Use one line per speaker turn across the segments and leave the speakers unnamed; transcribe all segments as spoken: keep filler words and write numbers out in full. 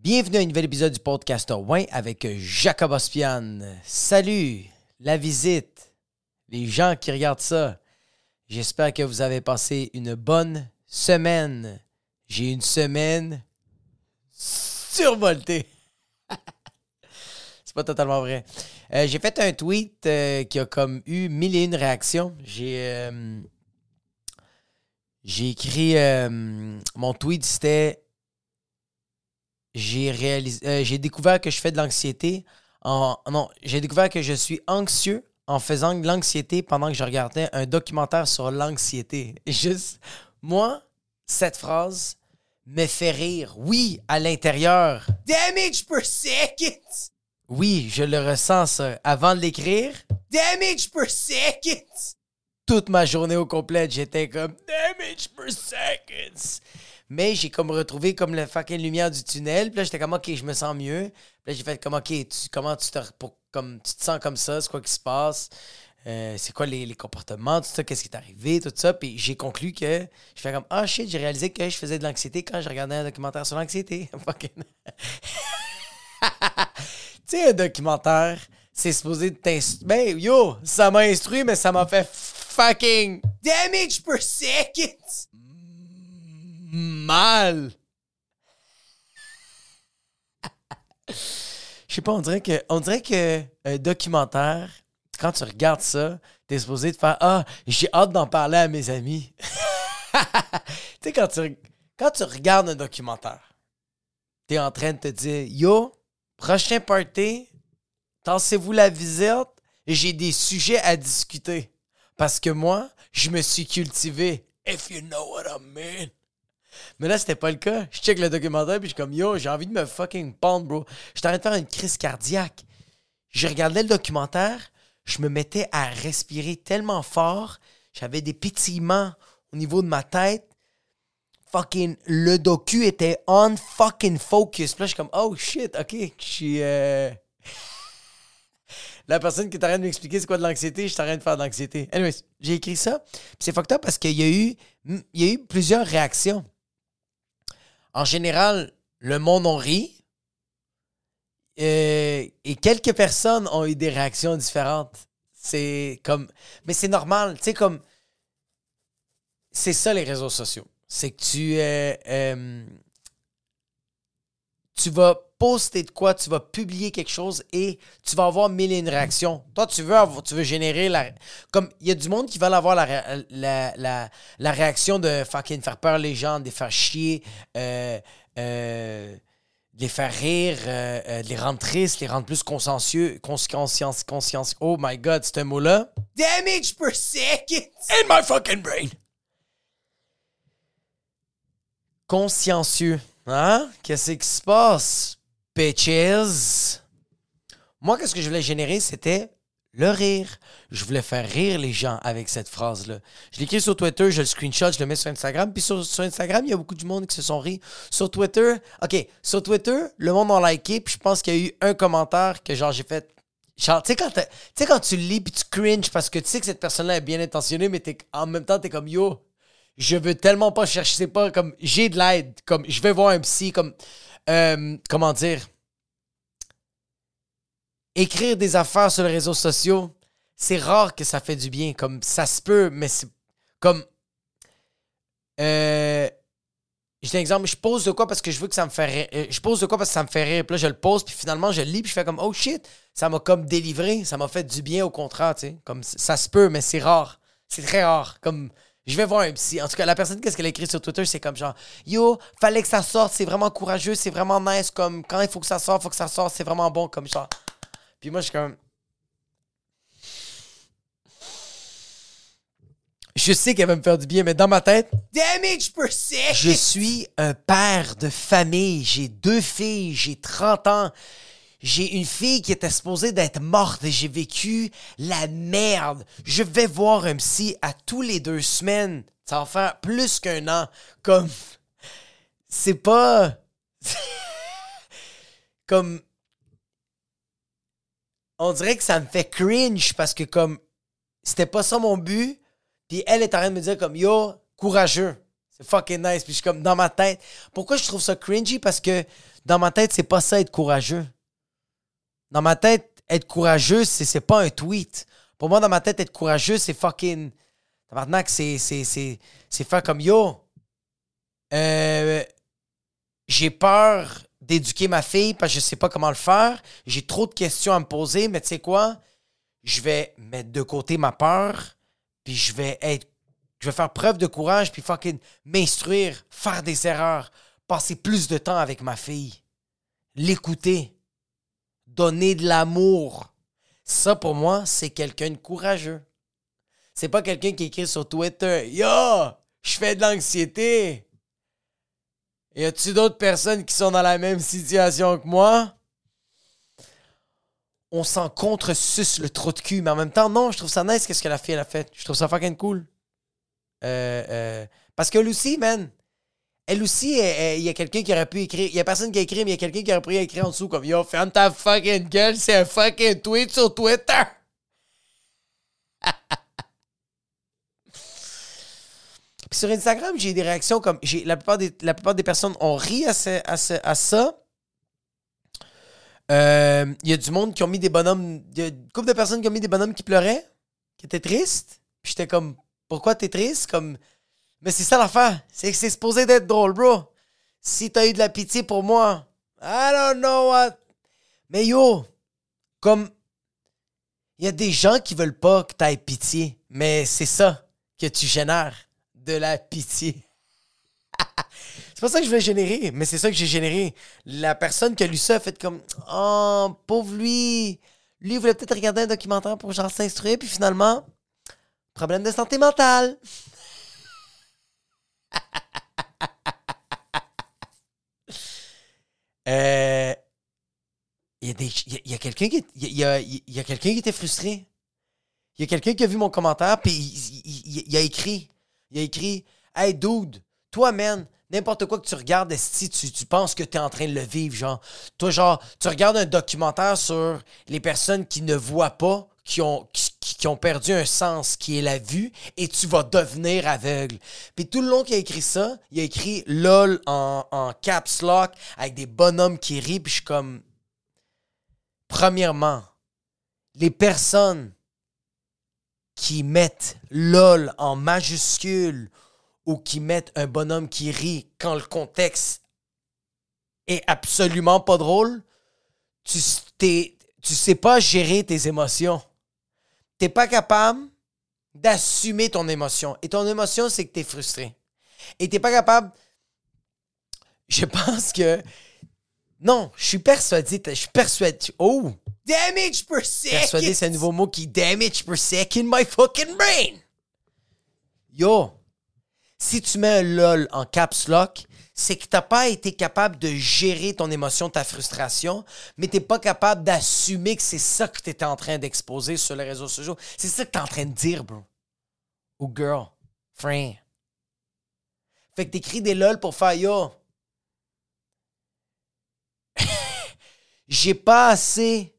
Bienvenue à un nouvel épisode du podcast Win avec Jacob Ospian. Salut, la visite, les gens qui regardent ça. J'espère que vous avez passé une bonne semaine. J'ai une semaine survoltée. C'est pas totalement vrai. Euh, j'ai fait un tweet euh, qui a comme eu mille et une réactions. J'ai, euh, j'ai écrit... Euh, mon tweet, c'était... J'ai réalisé, euh, j'ai découvert que je fais de l'anxiété. En, non, j'ai découvert que je suis anxieux en faisant de l'anxiété pendant que je regardais un documentaire sur l'anxiété. Juste, moi, cette phrase me fait rire. Oui, à l'intérieur. Damage per second! Oui, je le ressens, ça. Avant de l'écrire, damage per second! Toute ma journée au complet, j'étais comme damage per seconds! Mais j'ai comme retrouvé comme la fucking lumière du tunnel. Puis là, j'étais comme, OK, je me sens mieux. Puis là, j'ai fait comme, OK, tu, comment tu te, pour, comme, tu te sens comme ça? C'est quoi qui se passe? Euh, c'est quoi les, les comportements? Tout ça, qu'est-ce qui est arrivé? Tout ça. Puis j'ai conclu que, je fais comme, ah shit, j'ai réalisé que je faisais de l'anxiété quand je regardais un documentaire sur l'anxiété. Fucking. Tu sais, un documentaire, c'est supposé t'instruire. Ben, yo, ça m'a instruit, mais ça m'a fait fucking damage per second! Mal. Je sais pas, on dirait que on dirait que un documentaire, quand tu regardes ça, t'es supposé te faire ah, j'ai hâte d'en parler à mes amis. Tu sais, quand tu quand tu regardes un documentaire, t'es en train de te dire yo, prochain party, tassez-vous la visite, j'ai des sujets à discuter. Parce que moi, je me suis cultivé. If you know what I mean. Mais là, c'était pas le cas. Je check le documentaire puis je suis comme, yo, j'ai envie de me fucking pendre, bro. J'étais en train de faire une crise cardiaque. Je regardais le documentaire, je me mettais à respirer tellement fort, j'avais des pétillements au niveau de ma tête. Fucking, le docu était on fucking focus. Puis là, je suis comme, oh shit, ok, je suis... Euh... La personne qui est en train de m'expliquer c'est quoi de l'anxiété, je suis en train de faire de l'anxiété. Anyways, j'ai écrit ça. Puis c'est fucked up parce qu'il y a eu, il y a eu plusieurs réactions. En général, le monde en rit. Euh, et quelques personnes ont eu des réactions différentes. C'est comme... Mais c'est normal. Tu sais, comme... C'est ça, les réseaux sociaux. C'est que tu... Euh, euh, tu vas poster de quoi, tu vas publier quelque chose et tu vas avoir mille et une réactions. Toi, tu veux avoir, tu veux générer la... Comme, il y a du monde qui veut avoir la, la, la, la réaction de fucking faire peur les gens, de les faire chier, euh, euh, de les faire rire, euh, euh, de les rendre tristes, les rendre plus consciencieux, conscience, conscience. Oh my God, c'est un mot-là. Damage per second in my fucking brain. Consciencieux. Hein? Qu'est-ce qui se passe? Bitches. Moi, qu'est-ce que je voulais générer, c'était le rire. Je voulais faire rire les gens avec cette phrase-là. Je l'écris sur Twitter, je le screenshot, je le mets sur Instagram. Puis sur, sur Instagram, il y a beaucoup de monde qui se sont ris. Sur Twitter, OK, sur Twitter, le monde a liké. Puis je pense qu'il y a eu un commentaire que genre j'ai fait... Genre, tu sais, quand, quand tu le lis puis tu cringes parce que tu sais que cette personne-là est bien intentionnée, mais t'es, en même temps, t'es comme yo... Je veux tellement pas chercher, c'est pas comme, j'ai de l'aide, comme, je vais voir un psy, comme, euh, comment dire, écrire des affaires sur les réseaux sociaux, c'est rare que ça fait du bien, comme, ça se peut, mais c'est, comme, euh, j'ai un exemple, je pose de quoi parce que je veux que ça me fait rire, je pose de quoi parce que ça me fait rire, puis là, je le pose, puis finalement, je le lis, puis je fais comme, oh shit, ça m'a comme délivré, ça m'a fait du bien au contraire, tu sais, comme, ça se peut, mais c'est rare, c'est très rare, comme, je vais voir un psy. En tout cas, la personne, qu'est-ce qu'elle a écrit sur Twitter, c'est comme genre, yo, fallait que ça sorte, c'est vraiment courageux, c'est vraiment nice, comme, quand il faut que ça sorte, faut que ça sorte, c'est vraiment bon, comme genre. Puis moi, je suis comme... Je sais qu'elle va me faire du bien, mais dans ma tête, damage per second! Je suis un père de famille, j'ai deux filles, j'ai trente ans. J'ai une fille qui était supposée d'être morte et j'ai vécu la merde. Je vais voir un psy à tous les deux semaines. Ça va faire plus qu'un an. Comme... C'est pas... Comme... On dirait que ça me fait cringe parce que comme... C'était pas ça mon but. Puis elle est en train de me dire comme, yo, courageux. C'est fucking nice. Puis je suis comme, dans ma tête. Pourquoi je trouve ça cringy? Parce que dans ma tête, c'est pas ça être courageux. Dans ma tête, être courageux, c'est, c'est pas un tweet. Pour moi, dans ma tête, être courageux, c'est fucking... Maintenant que c'est, c'est, c'est, c'est faire comme, yo, euh, j'ai peur d'éduquer ma fille parce que je sais pas comment le faire. J'ai trop de questions à me poser, mais tu sais quoi? Je vais mettre de côté ma peur, puis je vais être... Je vais faire preuve de courage, puis fucking m'instruire, faire des erreurs, passer plus de temps avec ma fille, l'écouter, donner de l'amour. Ça, pour moi, c'est quelqu'un de courageux. C'est pas quelqu'un qui écrit sur Twitter « Yo, je fais de l'anxiété. Y a-tu d'autres personnes qui sont dans la même situation que moi? » On s'en contre-suce le trou de cul, mais en même temps, non, je trouve ça nice qu'est-ce que la fille elle a fait. Je trouve ça fucking cool. Euh, euh, parce qu'elle aussi, man, elle aussi, il y a quelqu'un qui aurait pu écrire. Il y a personne qui a écrit, mais il y a quelqu'un qui aurait pu écrire en dessous comme Yo, ferme ta fucking gueule, c'est un fucking tweet sur Twitter. Puis sur Instagram, j'ai des réactions comme. J'ai, la, plupart des, la plupart des personnes ont ri à, ce, à, ce, à ça. Il euh, y a du monde qui ont mis des bonhommes. Il y a une couple de personnes qui ont mis des bonhommes qui pleuraient, qui étaient tristes. Puis j'étais comme, pourquoi t'es triste? Comme, mais c'est ça l'affaire. C'est que c'est supposé d'être drôle, bro. Si t'as eu de la pitié pour moi, I don't know what. Mais yo, comme, il y a des gens qui veulent pas que t'aies pitié. Mais c'est ça que tu génères. De la pitié. C'est pas ça que je voulais générer, mais c'est ça que j'ai généré. La personne qui a lu ça a fait comme « Oh, pauvre lui! Lui, il voulait peut-être regarder un documentaire pour genre s'instruire, puis finalement, problème de santé mentale. » Euh... Il y a, des, il y a, il y a quelqu'un qui... Il y a, il y a quelqu'un qui était frustré. Il y a quelqu'un qui a vu mon commentaire, puis il, il, il, il a écrit... Il a écrit « Hey, dude, toi, man, n'importe quoi que tu regardes, si tu, tu penses que t'es en train de le vivre, genre. Toi, genre, tu regardes un documentaire sur les personnes qui ne voient pas, qui ont, qui, qui ont perdu un sens, qui est la vue, et tu vas devenir aveugle. » Puis tout le long qu'il a écrit ça, il a écrit « LOL » en, en caps lock, avec des bonhommes qui rient, puis je suis comme... Premièrement, les personnes... qui mettent LOL en majuscule ou qui mettent un bonhomme qui rit quand le contexte est absolument pas drôle, tu, t'es, tu sais pas gérer tes émotions. T'es pas capable d'assumer ton émotion. Et ton émotion, c'est que t'es frustré. Et t'es pas capable... Je pense que... Non, je suis persuadé... Je suis persuadé... Oh! Damage per second! Persuadé, c'est un nouveau mot qui damage per second my fucking brain! Yo! Si tu mets un LOL en caps lock, c'est que t'as pas été capable de gérer ton émotion, ta frustration, mais t'es pas capable d'assumer que c'est ça que t'étais en train d'exposer sur les réseaux sociaux. C'est ça que t'es en train de dire, bro. Ou girl. Friend. Fait que t'écris des LOL pour faire yo. J'ai pas assez...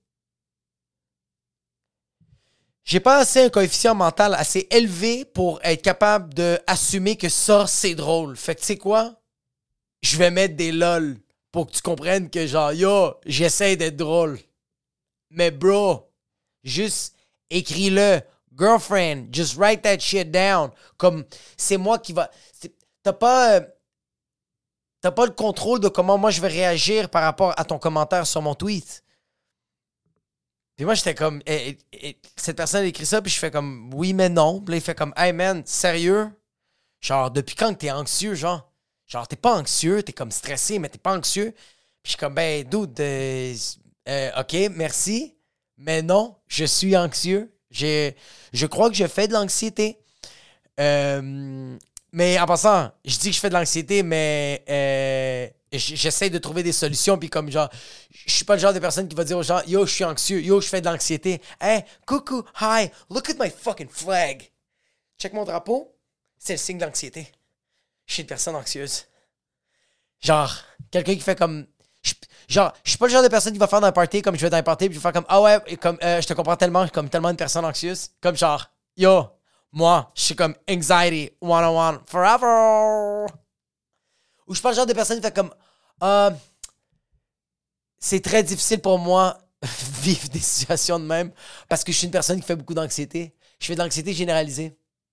J'ai pas assez un coefficient mental assez élevé pour être capable d'assumer que ça, c'est drôle. Fait que tu sais quoi? Je vais mettre des lol pour que tu comprennes que genre, yo, j'essaie d'être drôle. Mais bro, juste écris-le. Girlfriend, just write that shit down. Comme, c'est moi qui va... C'est, t'as pas... Euh, t'as pas le contrôle de comment moi je vais réagir par rapport à ton commentaire sur mon tweet. Puis moi, j'étais comme... Eh, eh, cette personne a écrit ça, puis je fais comme... Oui, mais non. Puis là, il fait comme... Hey, man, sérieux? Genre, depuis quand que t'es anxieux, genre? Genre, t'es pas anxieux, t'es comme stressé, mais t'es pas anxieux. Puis je suis comme... Ben, dude, euh, euh, OK, merci. Mais non, je suis anxieux. J'ai, je crois que je fais de l'anxiété. Euh, mais en passant, je dis que je fais de l'anxiété, mais... Euh, j'essaie de trouver des solutions, puis comme genre, je suis pas le genre de personne qui va dire aux gens, yo, je suis anxieux, yo, je fais de l'anxiété. Hey, coucou, hi, look at my fucking flag. Check mon drapeau, c'est le signe d'anxiété. Je suis une personne anxieuse. Genre, quelqu'un qui fait comme, je, genre, je suis pas le genre de personne qui va faire dans un party, comme je vais dans un party, puis je vais faire comme, ah ouais, comme, euh, je te comprends tellement, comme tellement une personne anxieuse. Comme genre, yo, Moi, je suis comme anxiety one oh one forever. Ou je suis pas le genre de personne qui fait comme euh, c'est très difficile pour moi vivre des situations de même parce que je suis une personne qui fait beaucoup d'anxiété. Je fais de l'anxiété généralisée.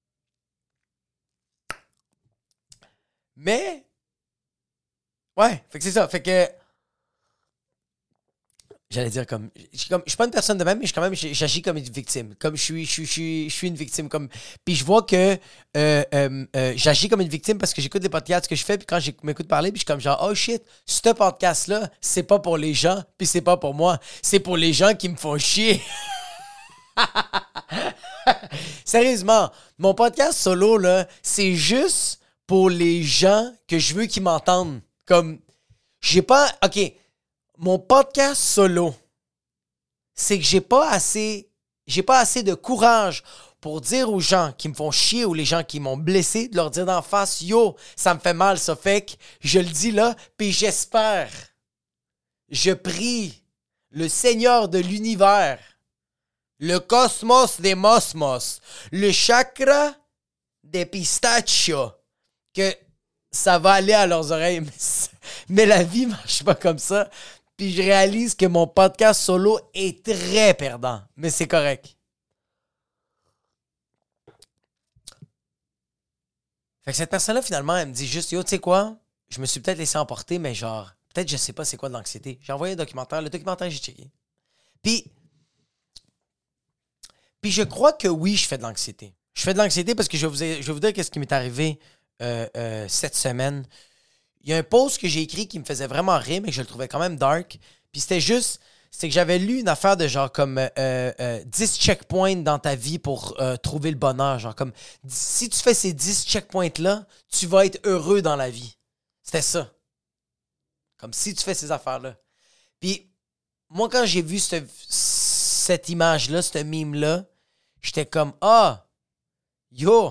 Mais ouais, fait que c'est ça. Fait que j'allais dire comme je suis comme je suis pas une personne de même mais je quand même j'agis comme une victime comme je suis je suis je suis je suis une victime comme puis je vois que euh, euh, euh, j'agis comme une victime parce que j'écoute des podcasts que je fais puis quand je m'écoute parler puis je suis comme genre oh shit ce podcast là c'est pas pour les gens puis c'est pas pour moi c'est pour les gens qui me font chier. Sérieusement mon podcast solo là c'est juste pour les gens que je veux qu'ils m'entendent comme j'ai pas ok. Mon podcast solo, c'est que j'ai pas assez, j'ai pas assez de courage pour dire aux gens qui me font chier ou les gens qui m'ont blessé, de leur dire d'en face, yo, ça me fait mal, ça fait que je le dis là, puis j'espère, je prie le Seigneur de l'univers, le cosmos des mosmos, le chakra des pistachios, que ça va aller à leurs oreilles, mais, mais la vie marche pas comme ça. Puis je réalise que mon podcast solo est très perdant. Mais c'est correct. Fait que cette personne-là, finalement, elle me dit juste, yo, tu sais quoi? Je me suis peut-être laissé emporter, mais genre, peut-être je sais pas c'est quoi de l'anxiété. J'ai envoyé un documentaire. Le documentaire, j'ai checké. Puis, puis je crois que oui, je fais de l'anxiété. Je fais de l'anxiété parce que je vais vous, je vais vous dire qu'est-ce qui m'est arrivé euh, euh, cette semaine. Il y a un post que j'ai écrit qui me faisait vraiment rire, mais que je le trouvais quand même dark. Puis c'était juste, c'est que j'avais lu une affaire de genre comme euh, euh, dix checkpoints dans ta vie pour euh, trouver le bonheur. Genre comme, si tu fais ces dix checkpoints-là, tu vas être heureux dans la vie. C'était ça. Comme si tu fais ces affaires-là. Puis, moi, quand j'ai vu cette, cette image-là, ce meme-là, j'étais comme, ah, yo,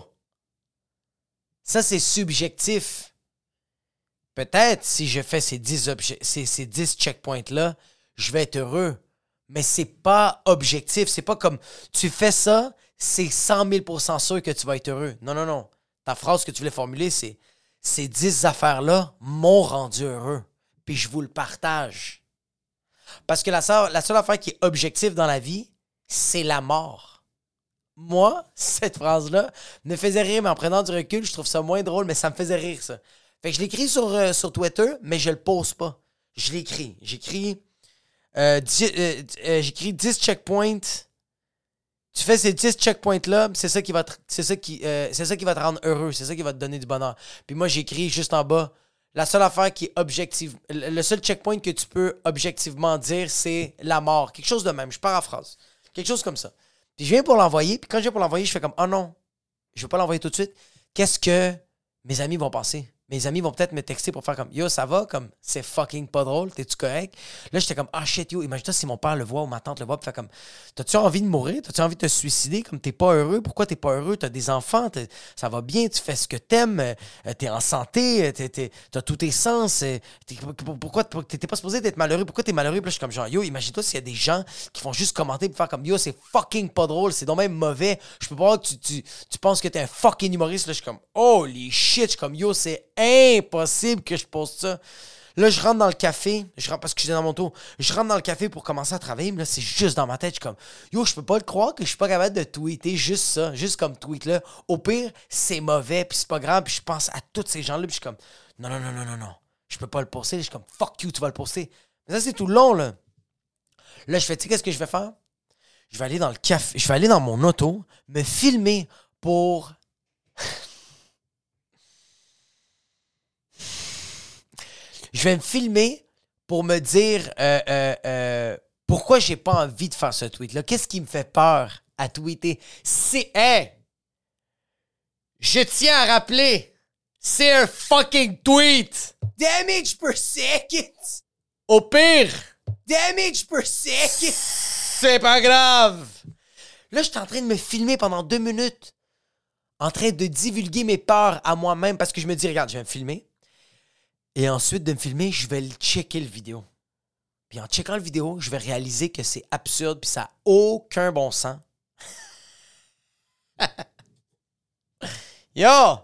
ça c'est subjectif. Peut-être, si je fais ces dix, obje- ces, ces dix checkpoints-là, je vais être heureux. Mais c'est pas objectif. C'est pas comme, tu fais ça, c'est cent mille pour cent sûr que tu vas être heureux. Non, non, non. Ta phrase que tu voulais formuler, c'est, ces dix affaires-là m'ont rendu heureux. Puis je vous le partage. Parce que la seule, la seule affaire qui est objective dans la vie, c'est la mort. Moi, cette phrase-là me faisait rire, mais en prenant du recul, je trouve ça moins drôle, mais ça me faisait rire, ça. Fait que je l'écris sur, euh, sur Twitter, mais je le pose pas. Je l'écris. J'écris, euh, dix, euh, euh, j'écris dix checkpoints. Tu fais ces dix checkpoints-là, c'est ça qui va te, c'est ça qui, euh, c'est ça qui va te rendre heureux. C'est ça qui va te donner du bonheur. Puis moi, j'écris juste en bas. La seule affaire qui est objective, le seul checkpoint que tu peux objectivement dire, c'est la mort. Quelque chose de même. Je paraphrase. Quelque chose comme ça. Puis je viens pour l'envoyer. Puis quand je viens pour l'envoyer, je fais comme, oh non, je veux pas l'envoyer tout de suite. Qu'est-ce que mes amis vont penser? Mes amis vont peut-être me texter pour faire comme yo, ça va, comme c'est fucking pas drôle, t'es-tu correct? Là, j'étais comme ah shit, yo, imagine-toi si mon père le voit ou ma tante le voit, puis fait comme t'as-tu envie de mourir? T'as-tu envie de te suicider? Comme t'es pas heureux? Pourquoi t'es pas heureux? T'as des enfants, t'es- ça va bien, tu fais ce que t'aimes, euh, t'es en santé, t'es, t'es- t'as tous tes sens, euh, t'es- pourquoi t'étais pas supposé d'être malheureux? Pourquoi t'es malheureux? Puis là, je suis comme genre yo, imagine-toi s'il y a des gens qui font juste commenter pour faire comme yo, c'est fucking pas drôle, c'est donc même mauvais. Je peux pas voir que tu, tu, tu penses que t'es un fucking humoriste. Là, je suis comme holy shit, je suis comme yo, c'est impossible que je poste ça. Là, je rentre dans le café, je rentre parce que j'étais dans mon tour. Je rentre dans le café pour commencer à travailler, mais là, c'est juste dans ma tête. Je suis comme, yo, je peux pas le croire que je suis pas capable de tweeter juste ça, juste comme tweet là. Au pire, c'est mauvais, puis c'est pas grave, puis je pense à tous ces gens-là, puis je suis comme, non, non, non, non, non, non, je peux pas le poster. Je suis comme, fuck you, tu vas le poster. Mais ça, c'est tout long, là. Là, je fais, tu sais, qu'est-ce que je vais faire? Je vais aller dans le café, je vais aller dans mon auto, me filmer pour. Je vais me filmer pour me dire euh, euh, euh, pourquoi j'ai pas envie de faire ce tweet-là. Qu'est-ce qui me fait peur à tweeter? C'est... Hey! Je tiens à rappeler, c'est un fucking tweet! Damage per second! Au pire! Damage per second! C'est pas grave! Là, je suis en train de me filmer pendant deux minutes, en train de divulguer mes peurs à moi-même parce que je me dis, regarde, je vais me filmer. Et ensuite de me filmer, je vais le checker le vidéo. Puis en checkant le vidéo, je vais réaliser que c'est absurde puis ça n'a aucun bon sens. Yo!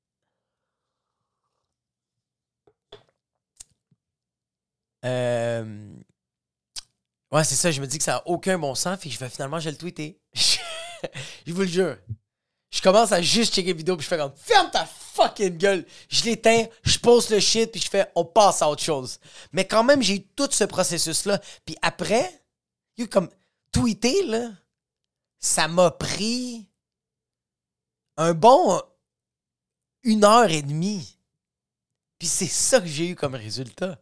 Euh... Ouais, c'est ça. Je me dis que ça n'a aucun bon sens. Puis je vais finalement, je vais le tweeter. Je vous le jure. Je commence à juste checker vidéo. Puis je fais comme, ferme ta fucking gueule. Je l'éteins, je pose le shit. Puis je fais, on passe à autre chose. Mais quand même, j'ai eu tout ce processus-là. Puis après, comme tweeter, là, ça m'a pris un bon une heure et demie. Puis c'est ça que j'ai eu comme résultat.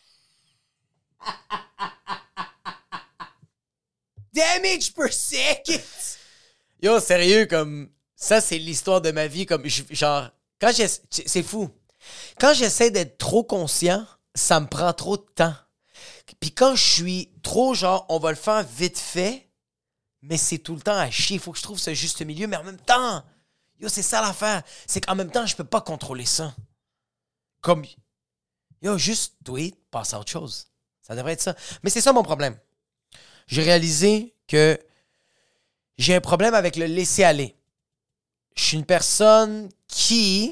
Damage per second! Yo, sérieux, comme... Ça, c'est l'histoire de ma vie. Comme, genre, quand j'essaie... C'est fou. Quand j'essaie d'être trop conscient, ça me prend trop de temps. Puis quand je suis trop genre, on va le faire vite fait, mais c'est tout le temps à chier. Il faut que je trouve ce juste milieu, mais en même temps... Yo, c'est ça l'affaire. C'est qu'en même temps, je peux pas contrôler ça. Comme... Yo, juste tweet, passe à autre chose. Ça devrait être ça. Mais c'est ça mon problème. J'ai réalisé que j'ai un problème avec le laisser-aller. Je suis une personne qui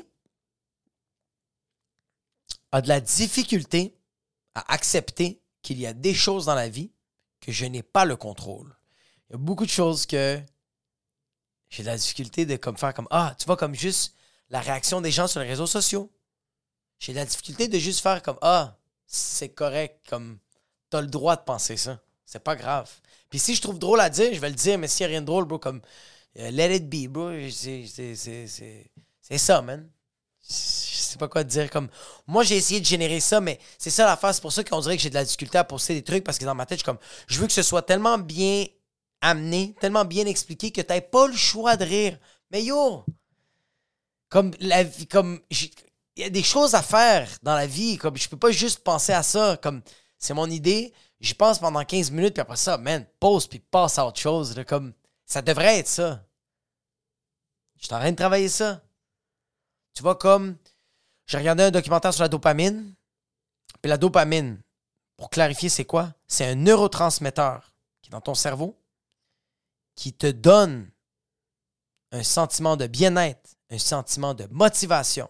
a de la difficulté à accepter qu'il y a des choses dans la vie que je n'ai pas le contrôle. Il y a beaucoup de choses que j'ai de la difficulté de comme faire comme « Ah, tu vois, comme juste la réaction des gens sur les réseaux sociaux. » J'ai de la difficulté de juste faire comme « Ah, c'est correct, comme t'as le droit de penser ça. » C'est pas grave. Puis si je trouve drôle à dire, je vais le dire, mais s'il n'y a rien de drôle, bro, comme uh, let it be, bro, c'est, c'est, c'est, c'est, c'est ça, man. Je sais pas quoi te dire. Comme moi, j'ai essayé de générer ça, mais c'est ça l'affaire. C'est pour ça qu'on dirait que j'ai de la difficulté à poster des trucs parce que dans ma tête, je suis comme, je veux que ce soit tellement bien amené, tellement bien expliqué que t'aies pas le choix de rire. Mais yo, comme la vie, comme il y a des choses à faire dans la vie. Comme je peux pas juste penser à ça. Comme c'est mon idée. J'y pense pendant quinze minutes, puis après ça, man, pause, puis passe à autre chose. Là, comme, ça devrait être ça. Je suis en train de travailler ça. Tu vois, comme, j'ai regardé un documentaire sur la dopamine, puis la dopamine, pour clarifier, c'est quoi? C'est un neurotransmetteur qui est dans ton cerveau, qui te donne un sentiment de bien-être, un sentiment de motivation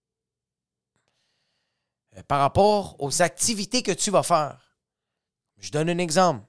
euh, par rapport aux activités que tu vas faire. Je donne un exemple.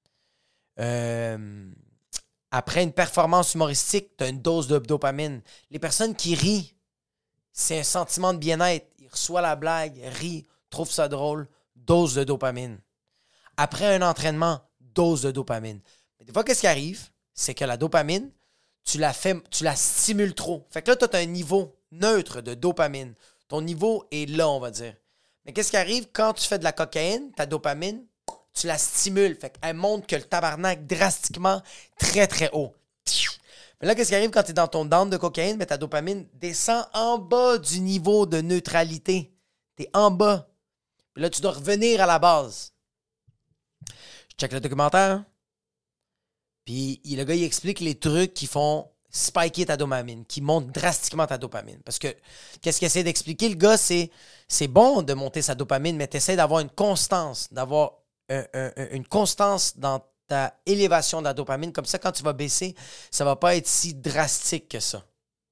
Euh, après une performance humoristique, tu as une dose de dopamine. Les personnes qui rient, c'est un sentiment de bien-être. Ils reçoivent la blague, rient, trouvent ça drôle, dose de dopamine. Après un entraînement, dose de dopamine. Mais des fois, qu'est-ce qui arrive? C'est que la dopamine, tu la, fais, tu la stimules trop. Fait que là, tu as un niveau neutre de dopamine. Ton niveau est là, on va dire. Mais qu'est-ce qui arrive quand tu fais de la cocaïne, ta dopamine, tu la stimules. Fait qu'elle monte que le tabarnak drastiquement très, très haut. Mais là, qu'est-ce qui arrive quand tu es dans ton down de cocaïne? Mais ta dopamine descend en bas du niveau de neutralité. Tu es en bas. Puis là, tu dois revenir à la base. Je check le documentaire. Hein? Puis le gars, il explique les trucs qui font spiker ta dopamine, qui montent drastiquement ta dopamine. Parce que, qu'est-ce qu'il essaie d'expliquer? Le gars, c'est, c'est bon de monter sa dopamine, mais tu essaies d'avoir une constance, d'avoir Un, un, une constance dans ta élévation de la dopamine. Comme ça, quand tu vas baisser, ça ne va pas être si drastique que ça.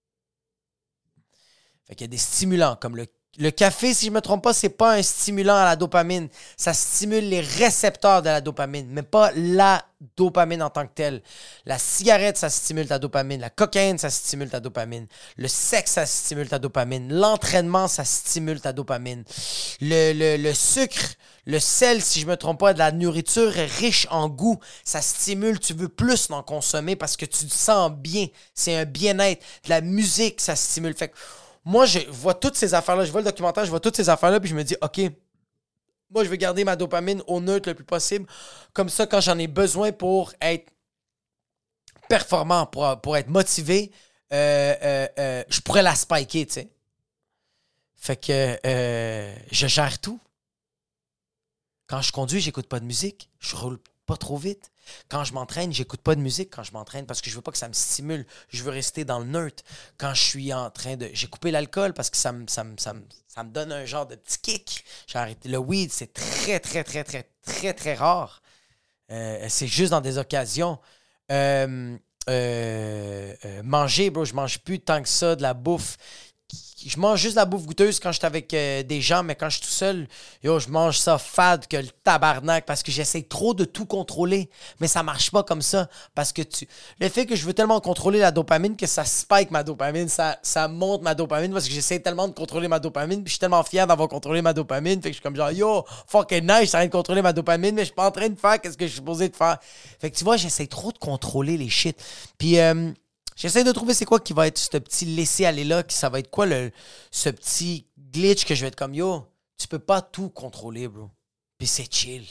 Fait qu'il y a des stimulants, comme le, le café, si je ne me trompe pas, ce n'est pas un stimulant à la dopamine. Ça stimule les récepteurs de la dopamine, mais pas la dopamine en tant que telle. La cigarette, ça stimule ta dopamine. La cocaïne, ça stimule ta dopamine. Le sexe, ça stimule ta dopamine. L'entraînement, ça stimule ta dopamine. Le, le, le sucre, le sel, si je ne me trompe pas, de la nourriture riche en goût, ça stimule, tu veux plus d'en consommer parce que tu te sens bien. C'est un bien-être. De la musique, ça stimule. Fait que moi, je vois toutes ces affaires-là. Je vois le documentaire, je vois toutes ces affaires-là, puis je me dis, OK, moi, je vais garder ma dopamine au neutre le plus possible. Comme ça, quand j'en ai besoin pour être performant, pour, pour être motivé, euh, euh, euh, je pourrais la spiker, tu sais. Fait que euh, je gère tout. Quand je conduis, j'écoute pas de musique. Je roule pas trop vite. Quand je m'entraîne, j'écoute pas de musique quand je m'entraîne parce que je veux pas que ça me stimule. Je veux rester dans le neutre. Quand je suis en train de... J'ai coupé l'alcool parce que ça me, ça me, ça me, ça me donne un genre de petit kick. J'ai arrêté. Le weed, c'est très, très, très, très, très, très rare. Euh, c'est juste dans des occasions. Euh, euh, euh, manger, bro. Je mange plus tant que ça de la bouffe. Je mange juste de la bouffe goûteuse quand je suis avec euh, des gens, mais quand je suis tout seul, yo, je mange ça fade que le tabarnak parce que j'essaie trop de tout contrôler. Mais ça marche pas comme ça parce que tu... Le fait que je veux tellement contrôler la dopamine que ça spike ma dopamine, ça, ça monte ma dopamine parce que j'essaie tellement de contrôler ma dopamine puis je suis tellement fier d'avoir contrôlé ma dopamine. Fait que je suis comme genre, yo, fucking nice, je suis en train de contrôler ma dopamine, mais je suis pas en train de faire qu'est-ce que je suis supposé de faire. Fait que tu vois, j'essaie trop de contrôler les shit. Puis... Euh, J'essaie de trouver c'est quoi qui va être ce petit laisser-aller-là, qui ça va être quoi le, ce petit glitch que je vais être comme yo, tu peux pas tout contrôler, bro. Puis c'est chill.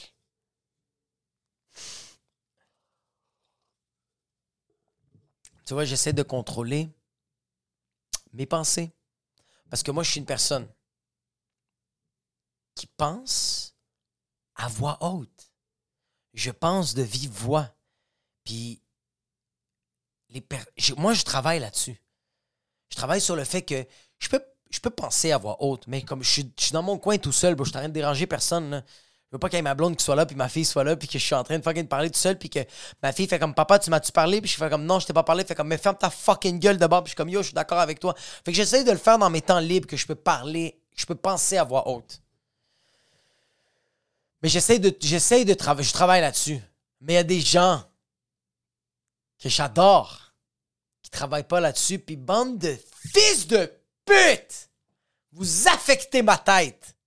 Tu vois, j'essaie de contrôler mes pensées. Parce que moi, je suis une personne qui pense à voix haute. Je pense de vive voix. Puis Les per... moi, je travaille là-dessus. Je travaille sur le fait que je peux, je peux penser à voix haute, mais comme je suis, je suis dans mon coin tout seul, bro, je suis en train de déranger personne. Là. Je veux pas qu'il y ait ma blonde qui soit là, puis ma fille soit là, puis que je suis en train de fucking parler tout seul, puis que ma fille fait comme papa, tu m'as-tu parlé? Puis je fais comme non, je t'ai pas parlé. Fait comme mais ferme ta fucking gueule de bord, puis je suis comme yo, je suis d'accord avec toi. Fait que j'essaie de le faire dans mes temps libres, que je peux parler, que je peux penser à voix haute. Mais j'essaie de, j'essaie de travailler, je travaille là-dessus. Mais il y a des gens que j'adore qui travaillent pas là-dessus, puis bande de fils de pute! Vous affectez ma tête.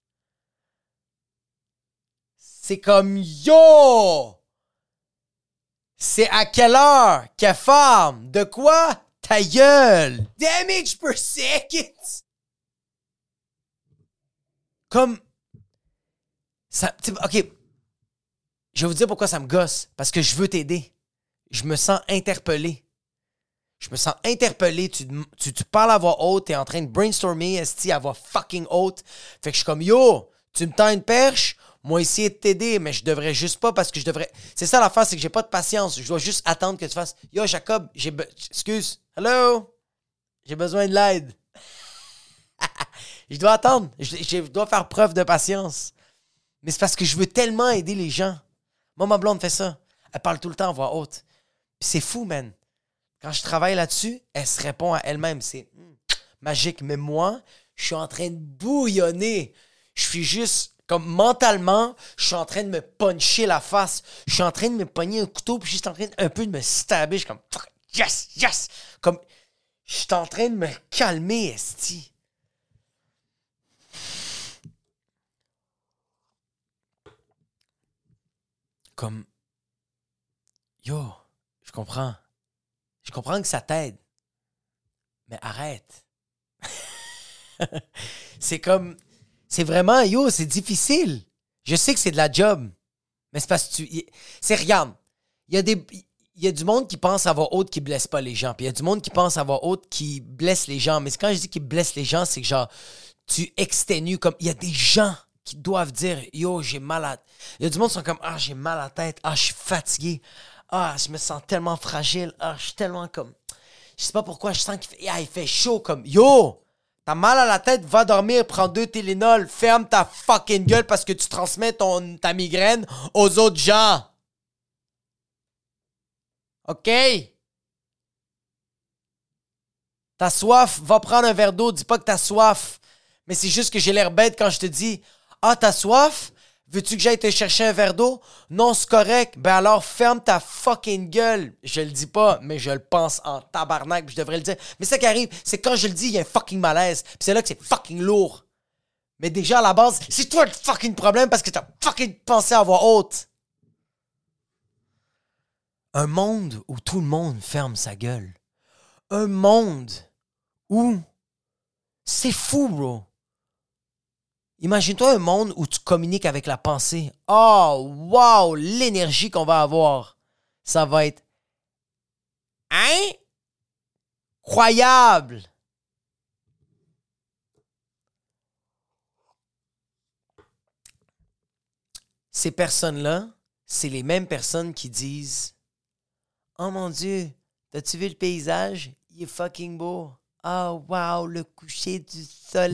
C'est comme yo! C'est à quelle heure? Quelle forme? De quoi? Ta gueule! Damage per second! Comme. Ça, ok. Je vais vous dire pourquoi ça me gosse. Parce que je veux t'aider. Je me sens interpellé. Je me sens interpellé. Tu, tu, tu parles à voix haute. T'es en train de brainstormer. Esti à voix fucking haute. Fait que je suis comme yo, tu me tends une perche. Moi, essayer de t'aider, mais je devrais juste pas parce que je devrais. C'est ça l'affaire, c'est que j'ai pas de patience. Je dois juste attendre que tu fasses. Yo, Jacob, j'ai. Be... Excuse. Hello? J'ai besoin de l'aide. Je dois attendre. Je, je dois faire preuve de patience. Mais c'est parce que je veux tellement aider les gens. Moi, ma blonde fait ça. Elle parle tout le temps à voix haute. Puis c'est fou, man. Quand je travaille là-dessus, elle se répond à elle-même. C'est mm, magique. Mais moi, je suis en train de bouillonner. Je suis juste, comme mentalement, je suis en train de me puncher la face. Je suis en train de me pogner un couteau, puis je suis en train de, un peu de me stabber. Je suis comme, yes, yes. Comme, je suis en train de me calmer, esti. Comme, yo, je comprends. Je comprends que ça t'aide. Mais arrête. C'est comme, c'est vraiment, yo, c'est difficile. Je sais que c'est de la job. Mais c'est parce que tu, c'est, regarde, il y a des, il y a du monde qui pense à voix haute qui blesse pas les gens. Puis il y a du monde qui pense à voix haute qui blesse les gens. Mais quand je dis qu'il blesse les gens, c'est que genre, tu exténues comme, il y a des gens qui doivent dire, yo, j'ai mal à... Il y a du monde qui sont comme, ah, j'ai mal à la tête, ah, je suis fatigué, ah, je me sens tellement fragile, ah, je suis tellement comme... Je sais pas pourquoi, je sens qu'il fait, ah, il fait chaud, comme, yo, t'as mal à la tête, va dormir, prends deux Tylenol, ferme ta fucking gueule parce que tu transmets ton, ta migraine aux autres gens. OK? T'as soif, va prendre un verre d'eau, dis pas que t'as soif. Mais c'est juste que j'ai l'air bête quand je te dis, ah, t'as soif? Veux-tu que j'aille te chercher un verre d'eau? Non, c'est correct. Ben alors, ferme ta fucking gueule. Je le dis pas, mais je le pense en tabarnak, puis je devrais le dire. Mais ça qui arrive, c'est quand je le dis, il y a un fucking malaise. Puis c'est là que c'est fucking lourd. Mais déjà, à la base, c'est toi le fucking problème parce que t'as fucking pensé à voix haute. Un monde où tout le monde ferme sa gueule. Un monde où... C'est fou, bro. Imagine-toi un monde où tu communiques avec la pensée. Oh, wow, l'énergie qu'on va avoir. Ça va être incroyable. Ces personnes-là, c'est les mêmes personnes qui disent « Oh mon Dieu, t'as-tu vu le paysage? Il est fucking beau. Oh, wow, le coucher du soleil. »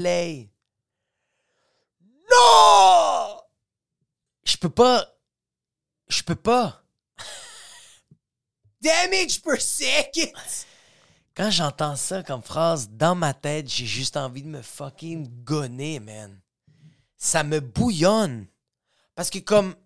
Non! Je peux pas. Je peux pas. damage per second! Quand j'entends ça comme phrase, dans ma tête, j'ai juste envie de me fucking gonner, man. Ça me bouillonne. Parce que comme...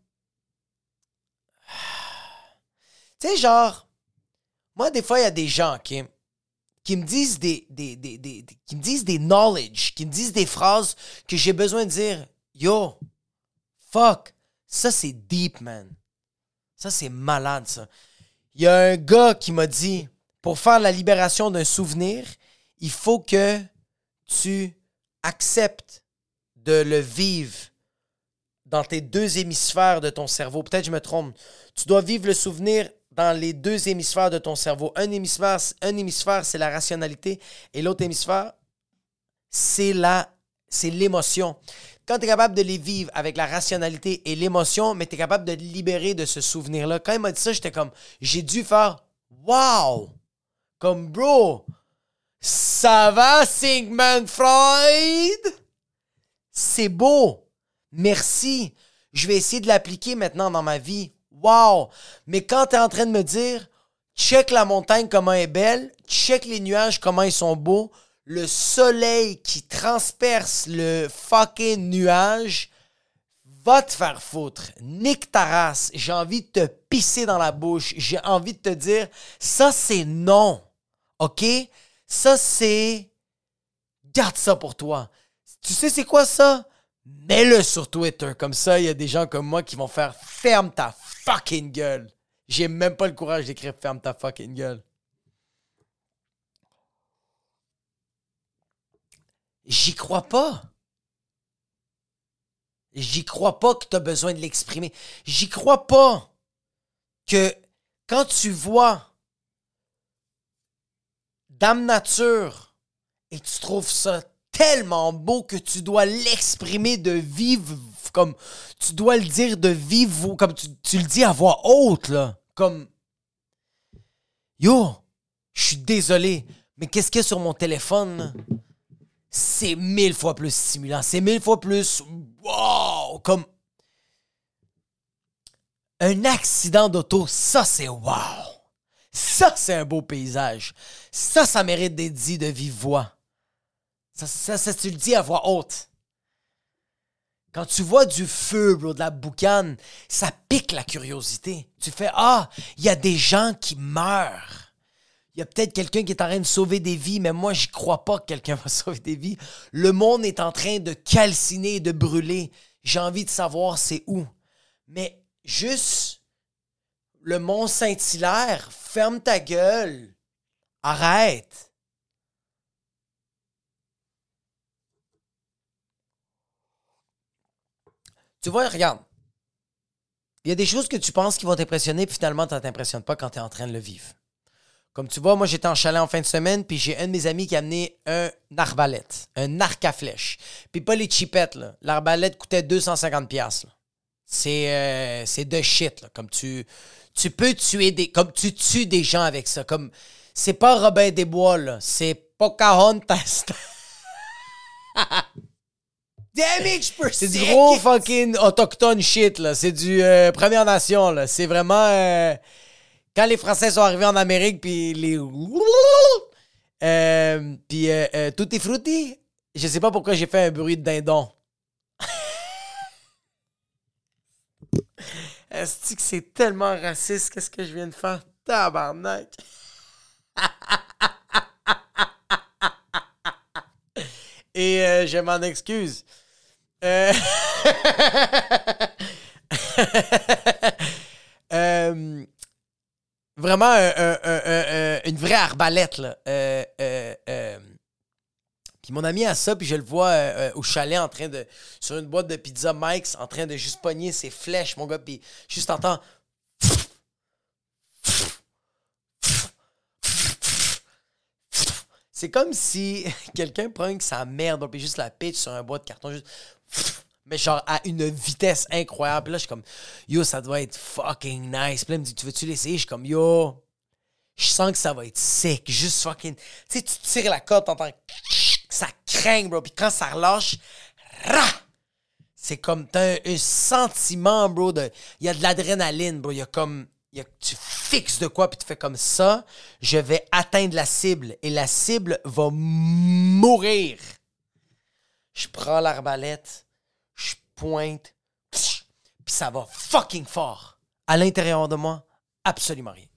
Tu sais, genre... Moi, des fois, il y a des gens, OK, qui me disent des, des, des, des, des... qui me disent des knowledge, qui me disent des phrases que j'ai besoin de dire. Yo, fuck, ça, c'est deep, man. Ça, c'est malade, ça. Il y a un gars qui m'a dit, pour faire la libération d'un souvenir, il faut que tu acceptes de le vivre dans tes deux hémisphères de ton cerveau. Peut-être que je me trompe. Tu dois vivre le souvenir dans les deux hémisphères de ton cerveau. Un hémisphère, un hémisphère c'est la rationalité et l'autre hémisphère, c'est la, c'est l'émotion. Quand tu es capable de les vivre avec la rationalité et l'émotion, mais tu es capable de te libérer de ce souvenir-là. Quand il m'a dit ça, j'étais comme, j'ai dû faire « Wow! » Comme, bro, ça va, Sigmund Freud? C'est beau. Merci. Je vais essayer de l'appliquer maintenant dans ma vie. Wow! Mais quand tu es en train de me dire, check la montagne comment elle est belle, check les nuages comment ils sont beaux, le soleil qui transperce le fucking nuage, va te faire foutre. Nique ta race. J'ai envie de te pisser dans la bouche. J'ai envie de te dire, ça c'est non. OK? Ça c'est... Garde ça pour toi. Tu sais c'est quoi ça? Mets-le sur Twitter. Comme ça, il y a des gens comme moi qui vont faire « Ferme ta fucking gueule ». J'ai même pas le courage d'écrire « Ferme ta fucking gueule ». J'y crois pas. J'y crois pas que tu as besoin de l'exprimer. J'y crois pas que quand tu vois Dame Nature et tu trouves ça tellement beau que tu dois l'exprimer de vive, comme tu dois le dire de vive, comme tu, tu le dis à voix haute, là. Comme, yo, je suis désolé, mais qu'est-ce qu'il y a sur mon téléphone, là? C'est mille fois plus stimulant, c'est mille fois plus, wow, comme un accident d'auto, ça c'est wow. Ça c'est un beau paysage. Ça, ça mérite d'être dit de vive voix. Ça, ça, ça, tu le dis à voix haute. Quand tu vois du feu, bro, de la boucane, ça pique la curiosité. Tu fais, ah, il y a des gens qui meurent. Il y a peut-être quelqu'un qui est en train de sauver des vies, mais moi, j'y crois pas que quelqu'un va sauver des vies. Le monde est en train de calciner et de brûler. J'ai envie de savoir c'est où. Mais juste le Mont Saint-Hilaire, ferme ta gueule. Arrête. Tu vois, regarde. Il y a des choses que tu penses qui vont t'impressionner, puis finalement, ça ne t'impressionne pas quand tu es en train de le vivre. Comme tu vois, moi, j'étais en chalet en fin de semaine, puis j'ai un de mes amis qui a amené un arbalète, un arc à flèche. Puis pas les chipettes, là. L'arbalète coûtait deux cent cinquante dollars. Là. C'est, euh, c'est de shit, là. Comme tu, tu peux tuer des... Comme tu tues des gens avec ça. Comme, c'est pas Robin des Bois, là. C'est Pocahontas. Damage per C'est du gros fucking autochtone shit, là. C'est du euh, Première Nation, là. C'est vraiment... Euh, quand les Français sont arrivés en Amérique, puis les... Euh, puis euh, euh, Tutti Frutti, je sais pas pourquoi j'ai fait un bruit de dindon. Est-ce que c'est tellement raciste, qu'est-ce que je viens de faire? Tabarnak! Et euh, je m'en excuse. Euh... euh... Vraiment un, un, un, un, une vraie arbalète, là. Euh, euh, euh... Puis mon ami a ça, puis je le vois euh, au chalet en train de... Sur une boîte de pizza Mike's, en train de juste pogner ses flèches, mon gars, puis juste entendre... C'est comme si quelqu'un prend sa merde, puis juste la pitch sur un bois de carton, juste... Mais genre à une vitesse incroyable. Puis là, je suis comme, yo, ça doit être fucking nice. Puis là, il me dit, tu veux-tu l'essayer? Je suis comme, yo, je sens que ça va être sick. Juste fucking... Tu sais, tu tires la corde, t'entends... Ça craint, bro. Puis quand ça relâche, rah! C'est comme, t'as un, un sentiment, bro, de... Il y a de l'adrénaline, bro. Il y a comme... Il y a, tu fixes de quoi, puis tu fais comme ça, je vais atteindre la cible et la cible va mourir. Je prends l'arbalète, je pointe, puis ça va fucking fort. À l'intérieur de moi, absolument rien.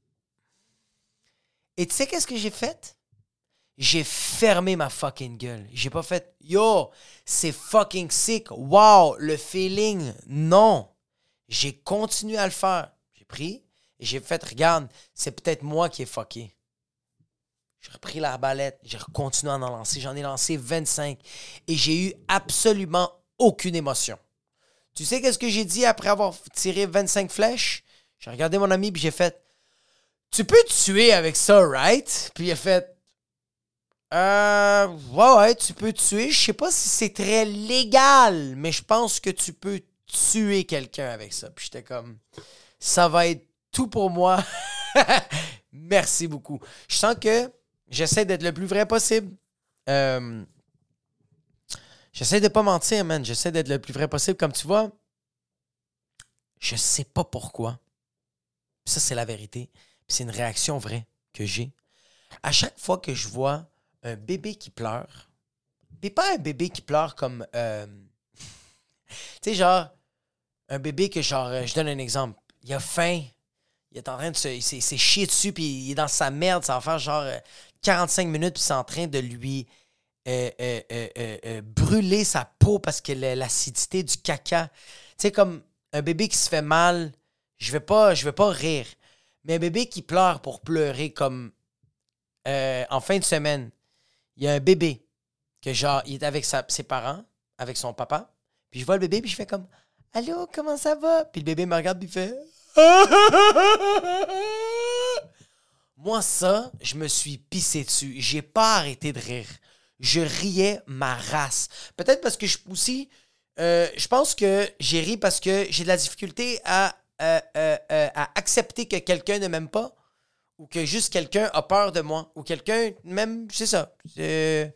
Et tu sais qu'est-ce que j'ai fait? J'ai fermé ma fucking gueule. J'ai pas fait « Yo, c'est fucking sick. Wow, le feeling. » Non. J'ai continué à le faire. J'ai pris et j'ai fait « Regarde, c'est peut-être moi qui ai fucké. » J'ai repris l'arbalète. J'ai continué à en lancer. J'en ai lancé vingt-cinq. Et j'ai eu absolument aucune émotion. Tu sais qu'est-ce que j'ai dit après avoir tiré vingt-cinq flèches? J'ai regardé mon ami et j'ai fait « Tu peux tuer avec ça, right? » Puis il a fait Euh, ouais, ouais, tu peux tuer. Je sais pas si c'est très légal, mais je pense que tu peux tuer quelqu'un avec ça. Puis j'étais comme, ça va être tout pour moi. Merci beaucoup. Je sens que j'essaie d'être le plus vrai possible. Euh, j'essaie de pas mentir, man. J'essaie d'être le plus vrai possible. Comme tu vois, je sais pas pourquoi. Ça, c'est la vérité. Puis c'est une réaction vraie que j'ai. À chaque fois que je vois un bébé qui pleure, puis pas un bébé qui pleure comme, euh, tu sais, genre, un bébé que, genre, euh, je donne un exemple, il a faim, il est en train de se, il s'est, il s'est chié dessus, puis il est dans sa merde, ça va faire genre euh, quarante-cinq minutes, puis c'est en train de lui euh, euh, euh, euh, euh, brûler sa peau parce que le- l'acidité du caca, tu sais, comme un bébé qui se fait mal, je vais pas, je vais pas rire, mais un bébé qui pleure pour pleurer comme euh, en fin de semaine, il y a un bébé que genre, il est avec sa, ses parents, avec son papa. Puis je vois le bébé, puis je fais comme « Allô, comment ça va? » Puis le bébé me regarde, puis il fait « Moi, ça, je me suis pissé dessus. J'ai pas arrêté de rire. Je riais ma race. Peut-être parce que je aussi, euh, je pense que j'ai ri parce que j'ai de la difficulté à, euh, euh, euh, à accepter que quelqu'un ne m'aime pas. Ou que juste quelqu'un a peur de moi. Ou quelqu'un, même, c'est ça. C'est...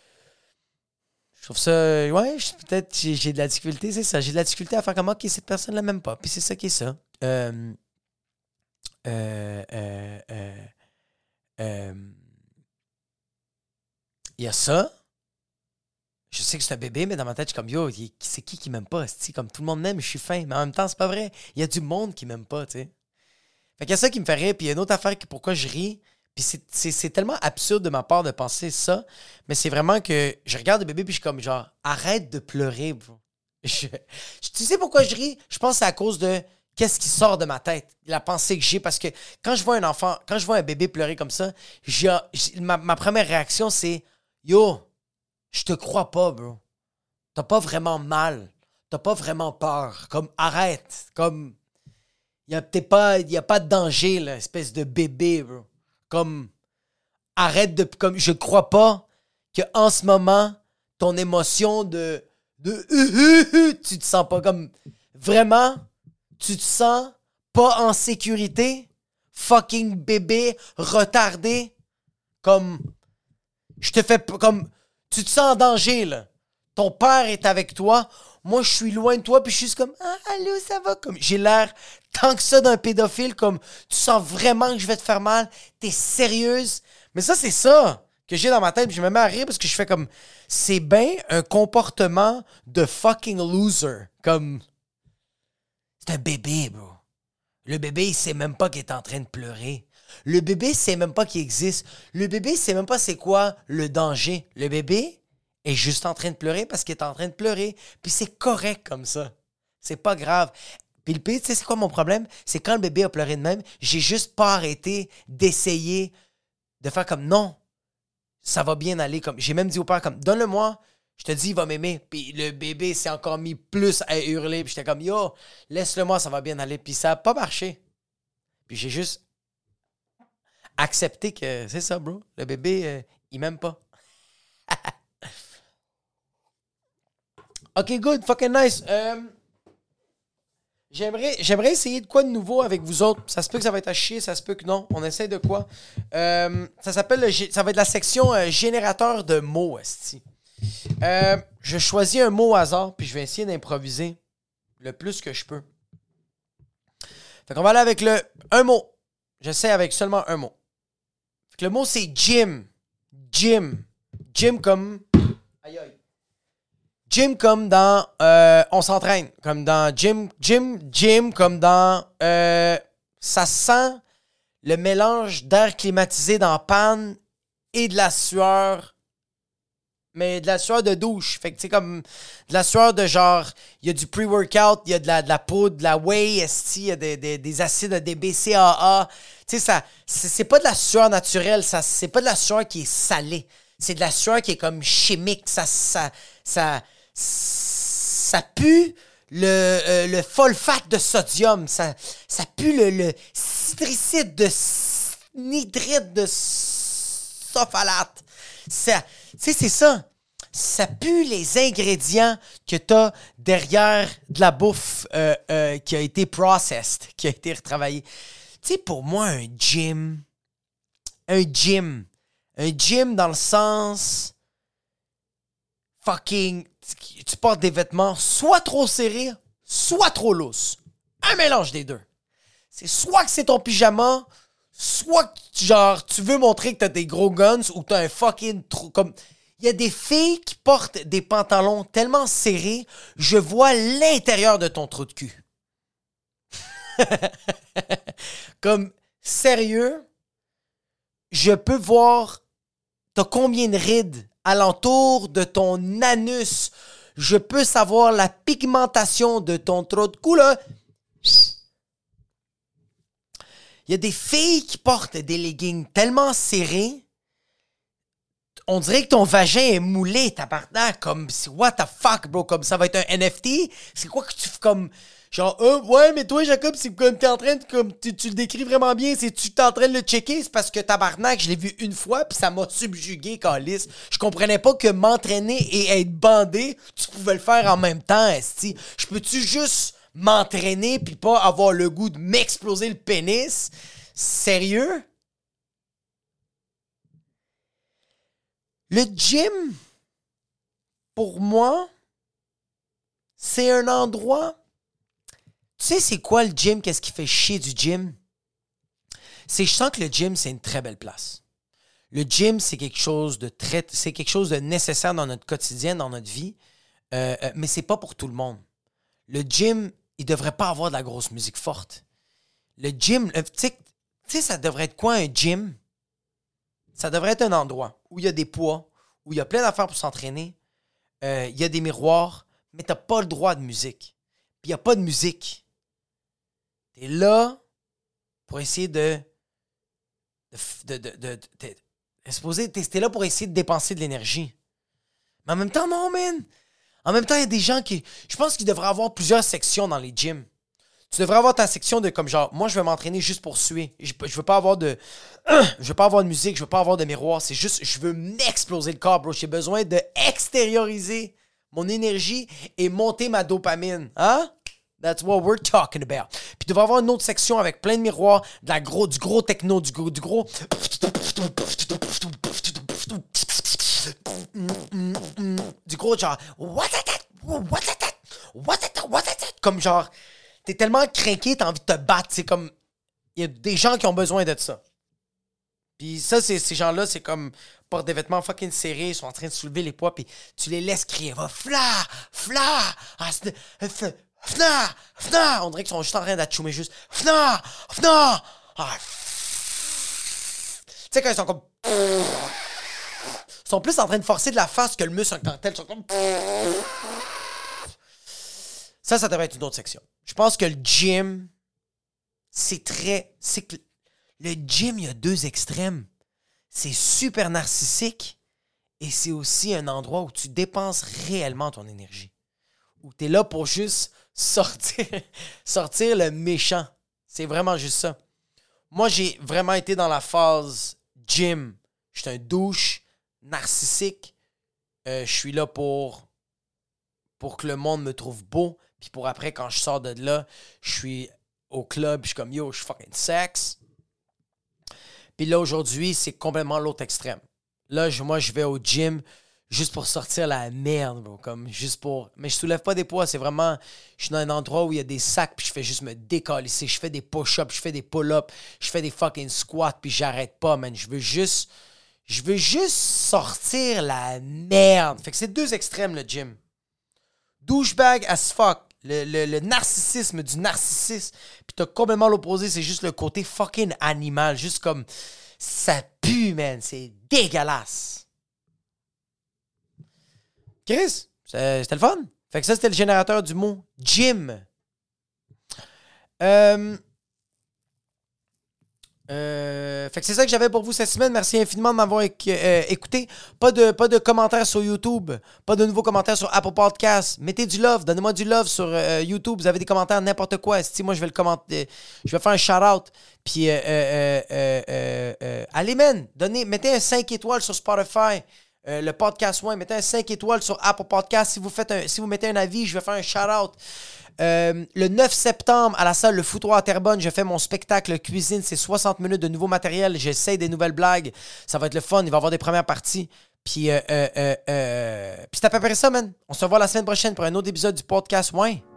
Je trouve ça... Ouais, je- peut-être j'ai, j'ai de la difficulté, c'est ça. J'ai de la difficulté à faire comme, OK, cette personne ne m'aime pas. Puis c'est ça qui est ça. Euh... Euh... Euh... Euh... euh, Il y a ça. Je sais que c'est un bébé, mais dans ma tête, je suis comme, yo, il- c'est qui qui m'aime pas? esti? Comme tout le monde m'aime, je suis fin. Mais en même temps, c'est pas vrai. Il y a du monde qui m'aime pas, tu sais. Fait qu'il y a ça qui me fait rire, puis il y a une autre affaire qui pourquoi je ris. Puis c'est, c'est, c'est tellement absurde de ma part de penser ça, mais c'est vraiment que je regarde le bébé, puis je suis comme genre, arrête de pleurer, bro. Je- je- tu sais pourquoi je ris? Je pense que c'est à cause de qu'est-ce qui sort de ma tête, la pensée que j'ai, parce que quand je vois un enfant, quand je vois un bébé pleurer comme ça, j'ai, j'ai- ma, ma première réaction, c'est yo, je te crois pas, bro. T'as pas vraiment mal. T'as pas vraiment peur. Comme, arrête. Comme, il y a peut-être pas, il y a pas de danger, là, espèce de bébé, bro. Comme, arrête de, comme, je crois pas que en ce moment, ton émotion de, de, tu te sens pas comme, vraiment, tu te sens pas en sécurité, fucking bébé, retardé, comme, je te fais, p- comme, tu te sens en danger, là. Ton père est avec toi. Moi, je suis loin de toi, puis je suis juste comme, ah, allô, ça va? Comme, j'ai l'air tant que ça d'un pédophile, comme, tu sens vraiment que je vais te faire mal? T'es sérieuse? Mais ça, c'est ça que j'ai dans ma tête, puis je me mets à rire parce que je fais comme, c'est bien un comportement de fucking loser. Comme, c'est un bébé, bro. Le bébé, il sait même pas qu'il est en train de pleurer. Le bébé sait même pas qu'il existe. Le bébé sait même pas c'est quoi le danger. Le bébé est juste en train de pleurer parce qu'il est en train de pleurer. Puis c'est correct comme ça. C'est pas grave. Puis le pire, tu sais, c'est quoi mon problème? C'est quand le bébé a pleuré de même, j'ai juste pas arrêté d'essayer de faire comme non, ça va bien aller. Comme j'ai même dit au père comme donne-le-moi. Je te dis, il va m'aimer. Puis le bébé s'est encore mis plus à hurler. Puis j'étais comme, yo, laisse-le-moi, ça va bien aller. Puis ça a pas marché. Puis j'ai juste accepté que c'est ça, bro. Le bébé, euh, il m'aime pas. OK, good. Fucking nice. Euh, j'aimerais, j'aimerais essayer de quoi de nouveau avec vous autres. Ça se peut que ça va être à chier, ça se peut que non. On essaie de quoi? Euh, ça s'appelle, le gé- ça va être la section euh, générateur de mots, esti. Euh, je choisis un mot au hasard, puis je vais essayer d'improviser le plus que je peux. Fait qu'on va aller avec le un mot. J'essaie avec seulement un mot. Fait que le mot, c'est gym. Gym. Gym comme... Aïe, aïe. Gym comme dans... Euh, on s'entraîne. Comme dans gym. Gym, gym comme dans... Euh, ça sent le mélange d'air climatisé dans la panne et de la sueur... Mais de la sueur de douche. Fait que, tu sais, comme de la sueur de genre, il y a du pre-workout, il y a de la, de la poudre, de la whey, esti, il y a des, des, des acides, des B C A A. Tu sais, ça, c'est, c'est pas de la sueur naturelle, ça, c'est pas de la sueur qui est salée. C'est de la sueur qui est comme chimique. Ça, ça, ça, ça pue le, euh, le phosphate de sodium. Ça, ça pue le, le citricide de nitrite de sulfate. Ça, tu sais, c'est ça. Ça pue les ingrédients que t'as derrière de la bouffe euh, euh, qui a été processed, qui a été retravaillée. Tu sais, pour moi, un gym, un gym, un gym dans le sens fucking, tu portes des vêtements soit trop serrés, soit trop lousses. Un mélange des deux. C'est soit que c'est ton pyjama, soit que, genre, tu veux montrer que t'as des gros guns ou t'as un fucking trou. Comme, il y a des filles qui portent des pantalons tellement serrés, je vois l'intérieur de ton trou de cul. Comme, sérieux, je peux voir t'as combien de rides alentour de ton anus. Je peux savoir la pigmentation de ton trou de cul, là. Il y a des filles qui portent des leggings tellement serrés, on dirait que ton vagin est moulé, tabarnak, comme, what the fuck, bro, comme ça va être un N F T? C'est quoi que tu fais comme, genre, euh, ouais, mais toi, Jacob, c'est comme, t'es en train de, comme, tu, tu le décris vraiment bien, c'est tu t'es en train de le checker, c'est parce que tabarnak, je l'ai vu une fois, puis ça m'a subjugué, câlisse. Je comprenais pas que m'entraîner et être bandé, tu pouvais le faire en même temps, esti. Je peux-tu juste m'entraîner puis pas avoir le goût de m'exploser le pénis? Sérieux? Le gym, pour moi, c'est un endroit... Tu sais, c'est quoi le gym? Qu'est-ce qui fait chier du gym? C'est, je sens que le gym, c'est une très belle place. Le gym, c'est quelque chose de très... C'est quelque chose de nécessaire dans notre quotidien, dans notre vie, euh, euh, mais c'est pas pour tout le monde. Le gym, il devrait pas avoir de la grosse musique forte. Le gym, tu sais, tu sais, ça devrait être quoi un gym? Ça devrait être un endroit où il y a des poids, où il y a plein d'affaires pour s'entraîner, euh, il y a des miroirs, mais t'as pas le droit de musique. Puis il n'y a pas de musique. T'es là pour essayer de... de, de, de, de, de t'es, supposé, t'es, t'es là pour essayer de dépenser de l'énergie. Mais en même temps, non, man! En même temps, il y a des gens qui... Je pense qu'il devrait y avoir plusieurs sections dans les gyms. Tu devrais avoir ta section de comme genre, moi, je vais m'entraîner juste pour suer. Je, je veux pas avoir de... Je veux pas avoir de musique, je veux pas avoir de miroir. C'est juste, je veux m'exploser le corps, bro. J'ai besoin de extérioriser mon énergie et monter ma dopamine. Hein? That's what we're talking about. Puis il devrait y avoir une autre section avec plein de miroirs, de la gros, du gros techno, du gros... Du gros... Du gros genre... What is that? What is that? What is that? What is that? Comme genre... T'es tellement craqué, t'as envie de te battre. C'est comme... Il y a des gens qui ont besoin de ça. Puis ça, c'est, ces gens-là, c'est comme... Portent des vêtements fucking serrés, ils sont en train de soulever les poids, puis tu les laisses crier. Va, fla! Fla! Fna! Fna! On dirait qu'ils sont juste en train d'achoumer juste. Fna! Fna! Ah, tu sais, quand ils sont comme... Ils sont plus en train de forcer de la face que le muscle en tant que tel. Ils sont comme... Ça, ça devrait être une autre section. Je pense que le gym, c'est très... C'est que le gym, il y a deux extrêmes. C'est super narcissique et c'est aussi un endroit où tu dépenses réellement ton énergie. Où tu es là pour juste sortir, sortir le méchant. C'est vraiment juste ça. Moi, j'ai vraiment été dans la phase gym. Je suis un douche narcissique. Euh, je suis là pour, pour que le monde me trouve beau. Puis pour après, quand je sors de là, je suis au club, je suis comme, yo, je suis fucking sexe. Puis là, aujourd'hui, c'est complètement l'autre extrême. Là, je, moi, je vais au gym, juste pour sortir la merde, bro. Comme juste pour. Mais je soulève pas des poids, c'est vraiment. Je suis dans un endroit où il y a des sacs, puis je fais juste me décalisser. Je fais des push-ups, je fais des pull-ups, je fais des fucking squats, puis j'arrête pas, man. Je veux juste. Je veux juste sortir la merde. Fait que c'est deux extrêmes, le gym. Douchebag as fuck. Le, le, le narcissisme du narcissisme. Puis t'as complètement l'opposé, c'est juste le côté fucking animal. Juste comme. Ça pue, man. C'est dégueulasse. Chris, c'était le fun. Fait que ça, c'était le générateur du mot gym. Euh. Euh, fait que c'est ça que j'avais pour vous cette semaine. Merci infiniment de m'avoir éc- euh, écouté. Pas de, pas de commentaires sur YouTube. Pas de nouveaux commentaires sur Apple Podcasts. Mettez du love. Donnez-moi du love sur euh, YouTube. Vous avez des commentaires, n'importe quoi. Si moi, je vais le commenter. Je vais faire un shout-out. Puis, euh, euh, euh, euh, euh, allez, man. Donnez, mettez un cinq étoiles sur Spotify. Euh, le podcast One. Mettez un cinq étoiles sur Apple Podcasts. Si vous, faites un, si vous mettez un avis, je vais faire un shout-out. Euh, le neuf septembre, à la salle Le Foutoir à Terrebonne, je fais mon spectacle cuisine. C'est soixante minutes de nouveau matériel. J'essaie des nouvelles blagues. Ça va être le fun. Il va y avoir des premières parties. Puis, euh, euh, euh, euh, puis c'est à peu près ça, man. On se revoit la semaine prochaine pour un autre épisode du podcast. Ouais.